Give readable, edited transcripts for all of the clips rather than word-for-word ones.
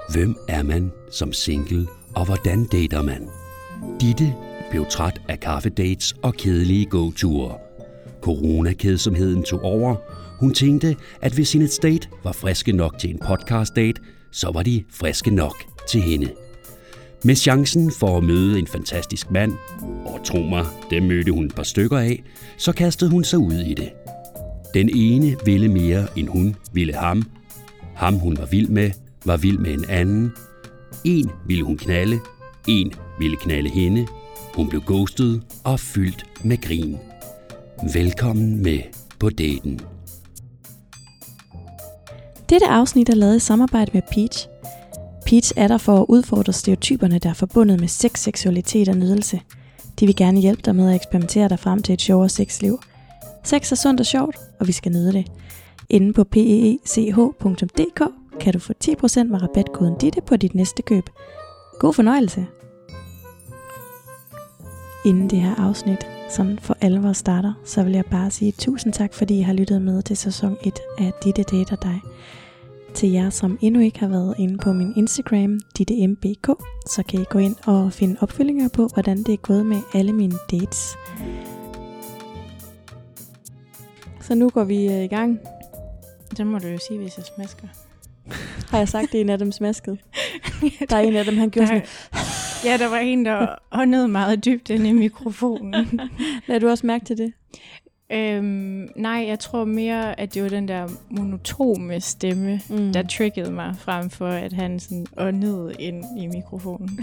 Hvem er man som single, og hvordan dater man? Ditte blev træt af kaffedates og kedelige gåture. Coronakedsomheden tog over. Hun tænkte, at hvis hendes date var friske nok til en podcast-date, så var de friske nok til hende. Med chancen for at møde en fantastisk mand, og tro mig, det mødte hun et par stykker af, så kastede hun sig ud i det. Den ene ville mere, end hun ville ham. Ham hun var vild med en anden. En ville hun knalde, en ville knalde hende. Hun blev ghostet og fyldt med grin. Velkommen med på daten. Dette afsnit er lavet i samarbejde med Peach. Peach er der for at udfordre stereotyperne, der er forbundet med sex, seksualitet og nydelse. De vil gerne hjælpe dig med at eksperimentere dig frem til et sjovere sexliv. Sex er sundt og sjovt, og vi skal nyde det. Inde på peech.dk kan du få 10% med rabatkoden DITTE på dit næste køb. God fornøjelse! Inden det her afsnit sådan for alvor starter, så vil jeg bare sige tusind tak, fordi I har lyttet med til sæson 1 af Ditte Dater Dig. Til jer, som endnu ikke har været inde på min Instagram, DitteMBK, så kan I gå ind og finde opfølginger på, hvordan det er gået med alle mine dates. Så nu går vi i gang. Det må du jo sige, hvis jeg smasker. Har jeg sagt, det er en af dem smasket? Der er en af dem, han gjorde sådan. Ja, der var en, der åndede meget dybt ind i mikrofonen. Lad du også mærke til det? Nej, jeg tror mere, at det var den der monotone stemme, der triggede mig, frem for at han sådan åndede ind i mikrofonen.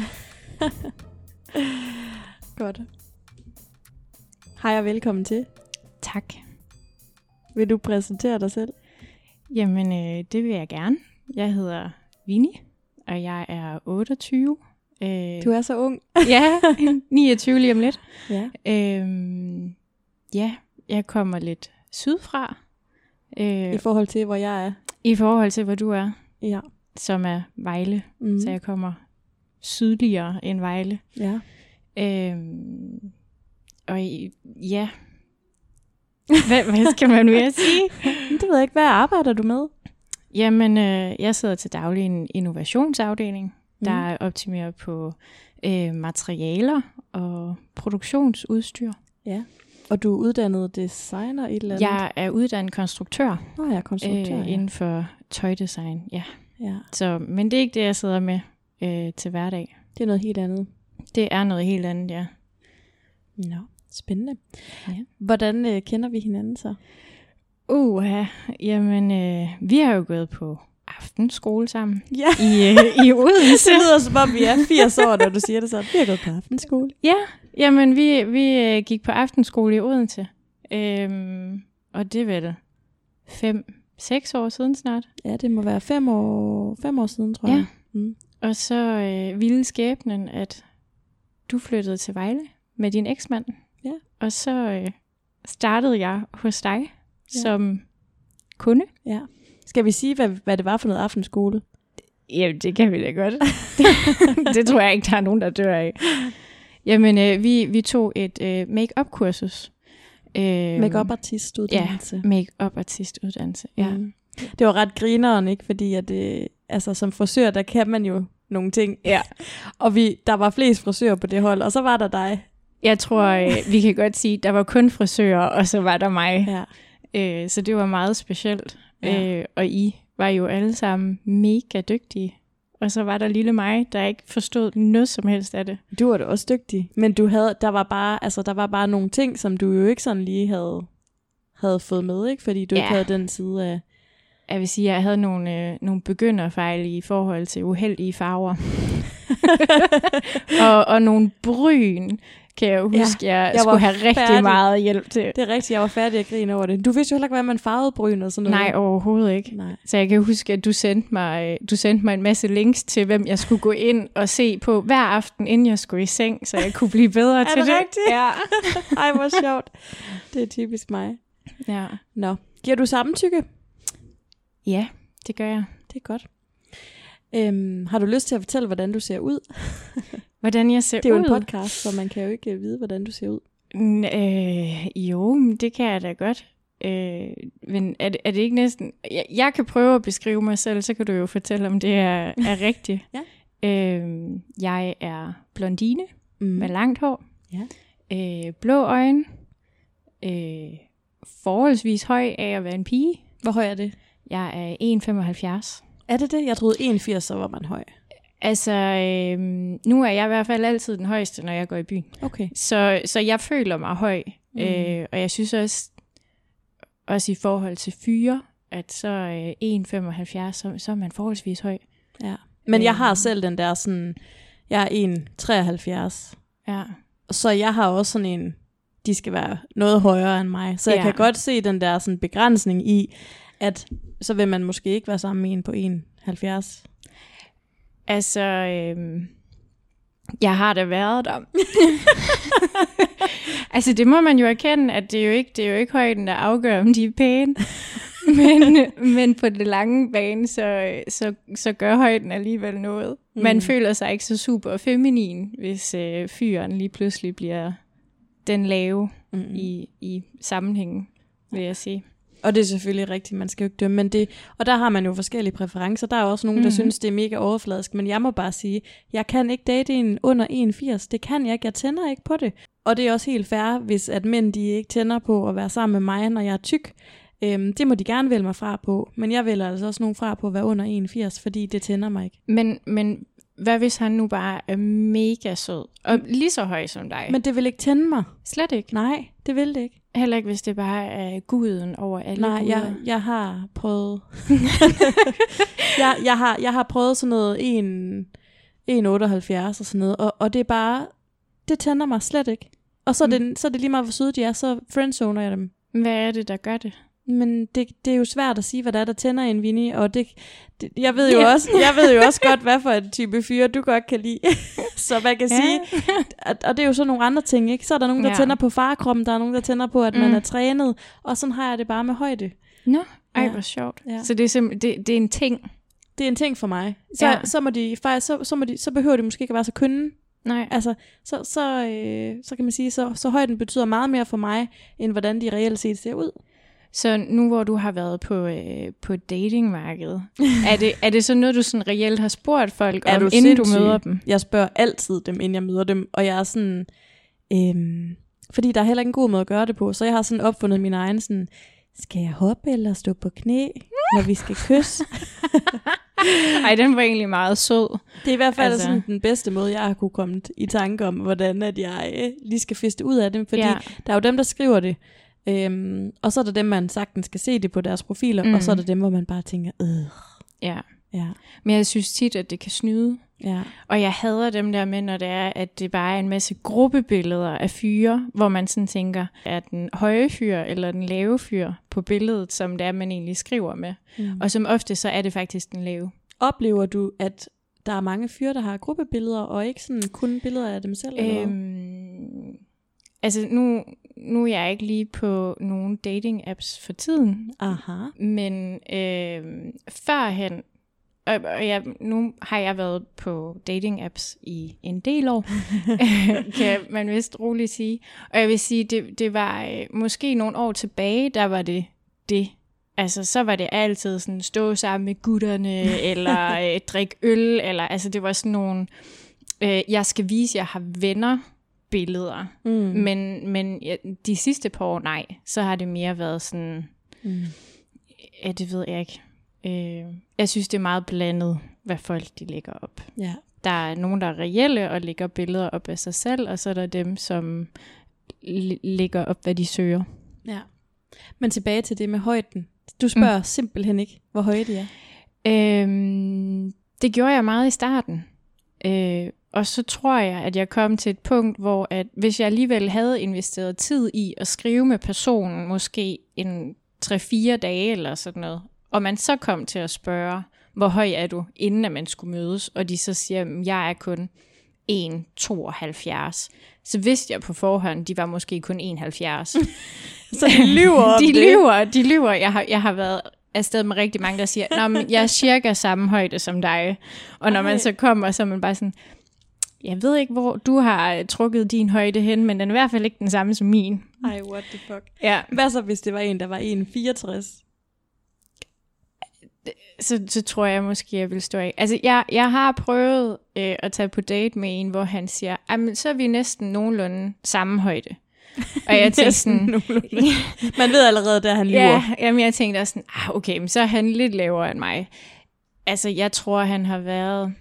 Godt. Hej og velkommen til. Tak. Vil du præsentere dig selv? Jamen, det vil jeg gerne. Jeg hedder Vinnie, og jeg er 28. Du er så ung. Ja, 29 lige om lidt. Ja. Ja, jeg kommer lidt sydfra. I forhold til, hvor jeg er? I forhold til, hvor du er. Ja. Som er Vejle. Så jeg kommer sydligere end Vejle. Ja. Og ja. Hvad skal man mere sige? Det ved jeg ikke. Hvad arbejder du med? Jamen, jeg sidder til daglig i en innovationsafdeling, der er optimeret på materialer og produktionsudstyr. Ja. Og du er uddannet designer i et eller andet? Jeg er uddannet konstruktør. Jeg er konstruktør, inden for tøjdesign, ja. Så, men det er ikke det, jeg sidder med til hverdag. Det er noget helt andet? Det er noget helt andet, ja. Nå, spændende. Ja. Hvordan kender vi hinanden så? Jamen, vi har jo gået på aftenskole sammen i Odense. Det lyder som om vi er 80 år, når du siger det sådan. Vi har gået på aftenskole. Ja, jamen vi gik på aftenskole i Odense. Og det er vel 5-6 år siden snart. Ja, det må være 5 år siden, tror jeg. Og så ville skæbnen, at du flyttede til Vejle med din eksmand. Ja. Og så startede jeg hos dig som kunde. Ja. Skal vi sige, hvad det var for noget aftenskole? Jamen, det kan vi da godt. Det tror jeg ikke, der er nogen, der dør af. Jamen, vi tog et make-up-kursus. Make-up-artistuddannelse. Ja, make-up-artistuddannelse, ja. Det var ret grineren, ikke? Fordi at, altså, som frisør, der kan man jo nogle ting. Ja. Og der var flest frisører på det hold, og så var der dig. Jeg tror, vi kan godt sige, der var kun frisører, og så var der mig. Ja. Så det var meget specielt. Ja. Og I var jo alle sammen mega dygtige. Og så var der lille mig, der ikke forstod noget som helst af det. Du var da også dygtig. Men der var bare nogle ting, som du jo ikke sådan lige havde fået med, ikke? Fordi du ikke havde den side af... Jeg vil sige, at jeg havde nogle begynderfejl i forhold til uheldige farver. og nogle bryn, kan jeg huske, jeg skulle have rigtig meget hjælp til. Det er rigtigt, jeg var færdig at grine over det. Du vidste jo heller ikke, hvad man farvede bryn og sådan noget. Nej, overhovedet ikke. Nej. Så jeg kan huske, at du sendte mig en masse links til, hvem jeg skulle gå ind og se på hver aften, inden jeg skulle i seng, så jeg kunne blive bedre til det. Er det rigtigt? Ja. Ej, hvor sjovt. Det er typisk mig. Ja. Nå, giver du samtykke? Ja, det gør jeg. Det er godt. Har du lyst til at fortælle, hvordan du ser ud? Hvordan jeg ser ud? Det er jo en podcast, så man kan jo ikke vide, hvordan du ser ud. Jo, det kan jeg da godt. Men er det ikke næsten... Jeg kan prøve at beskrive mig selv, så kan du jo fortælle, om det er rigtigt. Ja. Jeg er blondine med langt hår, blå øjne, forholdsvis høj af at være en pige. Hvor høj er det? Jeg er 1,75. Er det det? Jeg troede 1,80, så var man høj. Altså, nu er jeg i hvert fald altid den højeste, når jeg går i byen. Okay. Så jeg føler mig høj. Og jeg synes også i forhold til fyre, at så 1,75, så er man forholdsvis høj. Ja. Men jeg har selv den der sådan, jeg er 1,73. Ja. Så jeg har også sådan en, de skal være noget højere end mig. Så jeg kan godt se den der sådan begrænsning i, at så vil man måske ikke være sammen med en på 1,70. Altså, jeg har da været der. Altså, det må man jo erkende, at det er jo ikke højden, der afgør, om de er pæne. men på det lange bane, så gør højden alligevel noget. Man føler sig ikke så super feminin, hvis fyren lige pludselig bliver den lave i sammenhængen, vil jeg sige. Og det er selvfølgelig rigtigt, man skal jo ikke dømme, men og der har man jo forskellige præferencer. Der er også nogen, der synes, det er mega overfladisk, men jeg må bare sige, jeg kan ikke date en under 1,80. Det kan jeg ikke, jeg tænder ikke på det. Og det er også helt fair, hvis at mænd, de ikke tænder på at være sammen med mig, når jeg er tyk. Det må de gerne vælge mig fra på, men jeg vælger altså også nogen fra på at være under 1,80, fordi det tænder mig ikke. Men hvad hvis han nu bare er mega sød, og lige så høj som dig? Men det vil ikke tænde mig. Slet ikke? Nej, det vil det ikke. Heller ikke, hvis det bare er guden over alle guder? Nej, jeg har prøvet... jeg har prøvet sådan noget 1,78 og sådan noget, og det er bare... Det tænder mig slet ikke. Og så er det lige meget, hvor søde de er, så friendzoner jeg dem. Hvad er det, der gør det? Men det er jo svært at sige, hvad der tænder en Vinnie, og jeg ved jo også godt, hvad for en type fyre du godt kan lide. Så man kan sige, og det er jo så nogle andre ting, ikke? Så er der nogen, der tænder på farkroppen, der er nogen, der tænder på, at man er trænet, og sådan har jeg det bare med højde. Nå, hvor sjovt. Ja. Så det er simpelthen, det er en ting? Det er en ting for mig. Så behøver det måske ikke at være så kønne. Nej. Altså, så kan man sige, så højden betyder meget mere for mig, end hvordan de reelt set ser ud. Så nu hvor du har været på datingmarkedet, er det så noget, du sådan reelt har spurgt folk om, inden du møder dem? Jeg spørger altid dem, inden jeg møder dem, og jeg er sådan, fordi der er heller ikke en god måde at gøre det på, så jeg har sådan opfundet min egen sådan, skal jeg hoppe eller stå på knæ, når vi skal kysse? Ej, den var egentlig meget sød. Det er i hvert fald sådan den bedste måde, jeg har kunne komme i tanke om, hvordan at jeg lige skal fiste ud af det, fordi der er jo dem, der skriver det, og så er der dem, man sagtens skal se det på deres profiler, og så er der dem, hvor man bare tænker, Ja. Men jeg synes tit, at det kan snyde. Ja. Og jeg hader dem der med, når det er, at det bare er en masse gruppebilleder af fyre, hvor man sådan tænker, er den høje fyr eller den lave fyr på billedet, som det er, man egentlig skriver med. Og som ofte, så er det faktisk den lave. Oplever du, at der er mange fyre, der har gruppebilleder, og ikke sådan kun billeder af dem selv? Altså nu er jeg ikke lige på nogle dating-apps for tiden. Aha. Men førhen, og nu har jeg været på dating-apps i en del år, kan man vist roligt sige. Og jeg vil sige, det var måske nogle år tilbage, der var det. Altså, så var det altid sådan stå sammen med gutterne, eller drikke øl, eller altså det var sådan nogle, jeg skal vise, jeg har venner billeder. Men de sidste par år, nej, så har det mere været sådan, ja, det ved jeg ikke. Jeg synes, det er meget blandet, hvad folk de lægger op. Ja. Der er nogen, der er reelle og lægger billeder op af sig selv, og så er der dem, som lægger op, hvad de søger. Ja. Men tilbage til det med højden. Du spørger simpelthen ikke, hvor høje de er. Det gjorde jeg meget i starten. Og så tror jeg, at jeg kom til et punkt, hvor at hvis jeg alligevel havde investeret tid i at skrive med personen, måske en 3-4 dage eller sådan noget, og man så kom til at spørge, hvor høj er du, inden at man skulle mødes, og de så siger, at jeg er kun 1,72. Så vidste jeg på forhånd, de var måske kun 1,70. Så de lyver de lyver. Jeg har været afsted med rigtig mange, der siger, nå, men jeg er cirka samme højde som dig. Og når man så kommer, så er man bare sådan, Jeg ved ikke, hvor du har trukket din højde hen, men den er i hvert fald ikke den samme som min. Ej, what the fuck. Ja. Hvad så, hvis det var en, der var 1,64? Så tror jeg måske, jeg vil stå af. Altså, jeg har prøvet at tage på date med en, hvor han siger, jamen, så er vi næsten nogenlunde samme højde. Og jeg tænkte sådan... Man ved allerede, der han lyver. Ja, jamen, jeg tænkte også sådan, okay, men så er han lidt lavere end mig. Altså, jeg tror, han har været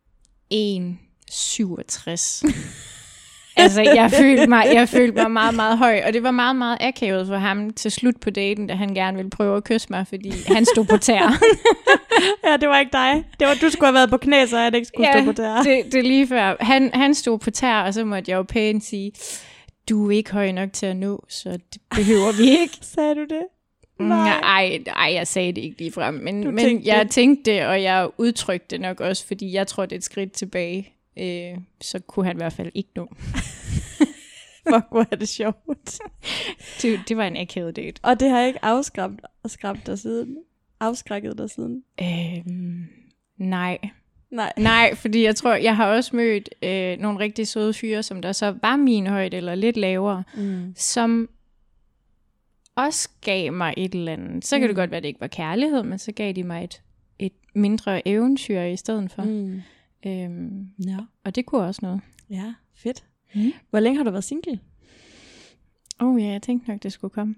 1,67. Altså, jeg følte mig meget, meget høj, og det var meget, meget akavet for ham til slut på daten, da han gerne ville prøve at kysse mig, fordi han stod på tær. Ja, det var ikke dig. Det var, du skulle have været på knæ, så han ikke skulle stå på tær. Det er lige før. Han stod på tær, og så måtte jeg jo pænt sige, du er ikke høj nok til at nå, så det behøver vi ikke. Sagde du det? Nej, jeg sagde det ikke lige frem, men jeg tænkte det, og jeg udtrykte det nok også, fordi jeg tror, det er et skridt tilbage. Så kunne han i hvert fald ikke nå. Fuck, hvor er det sjovt. Det var en akavet date. Og det har ikke afskrækket dig siden? Nej. Nej, fordi jeg tror, jeg har også mødt nogle rigtig søde fyre, som der så var min højde, eller lidt lavere, som også gav mig et eller andet. Så kan det godt være, at det ikke var kærlighed, men så gav de mig et mindre eventyr i stedet for. Ja. Og det kunne også noget. Ja, fedt. Hvor længe har du været single? Ja, jeg tænkte nok, det skulle komme.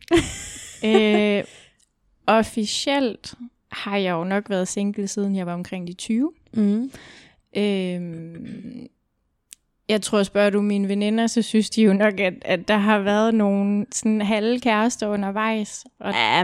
Officielt har jeg jo nok været single, siden jeg var omkring de 20. Jeg tror, spørger du mine veninder, så synes de jo nok, at der har været nogle sådan halve kærester undervejs. Og ja,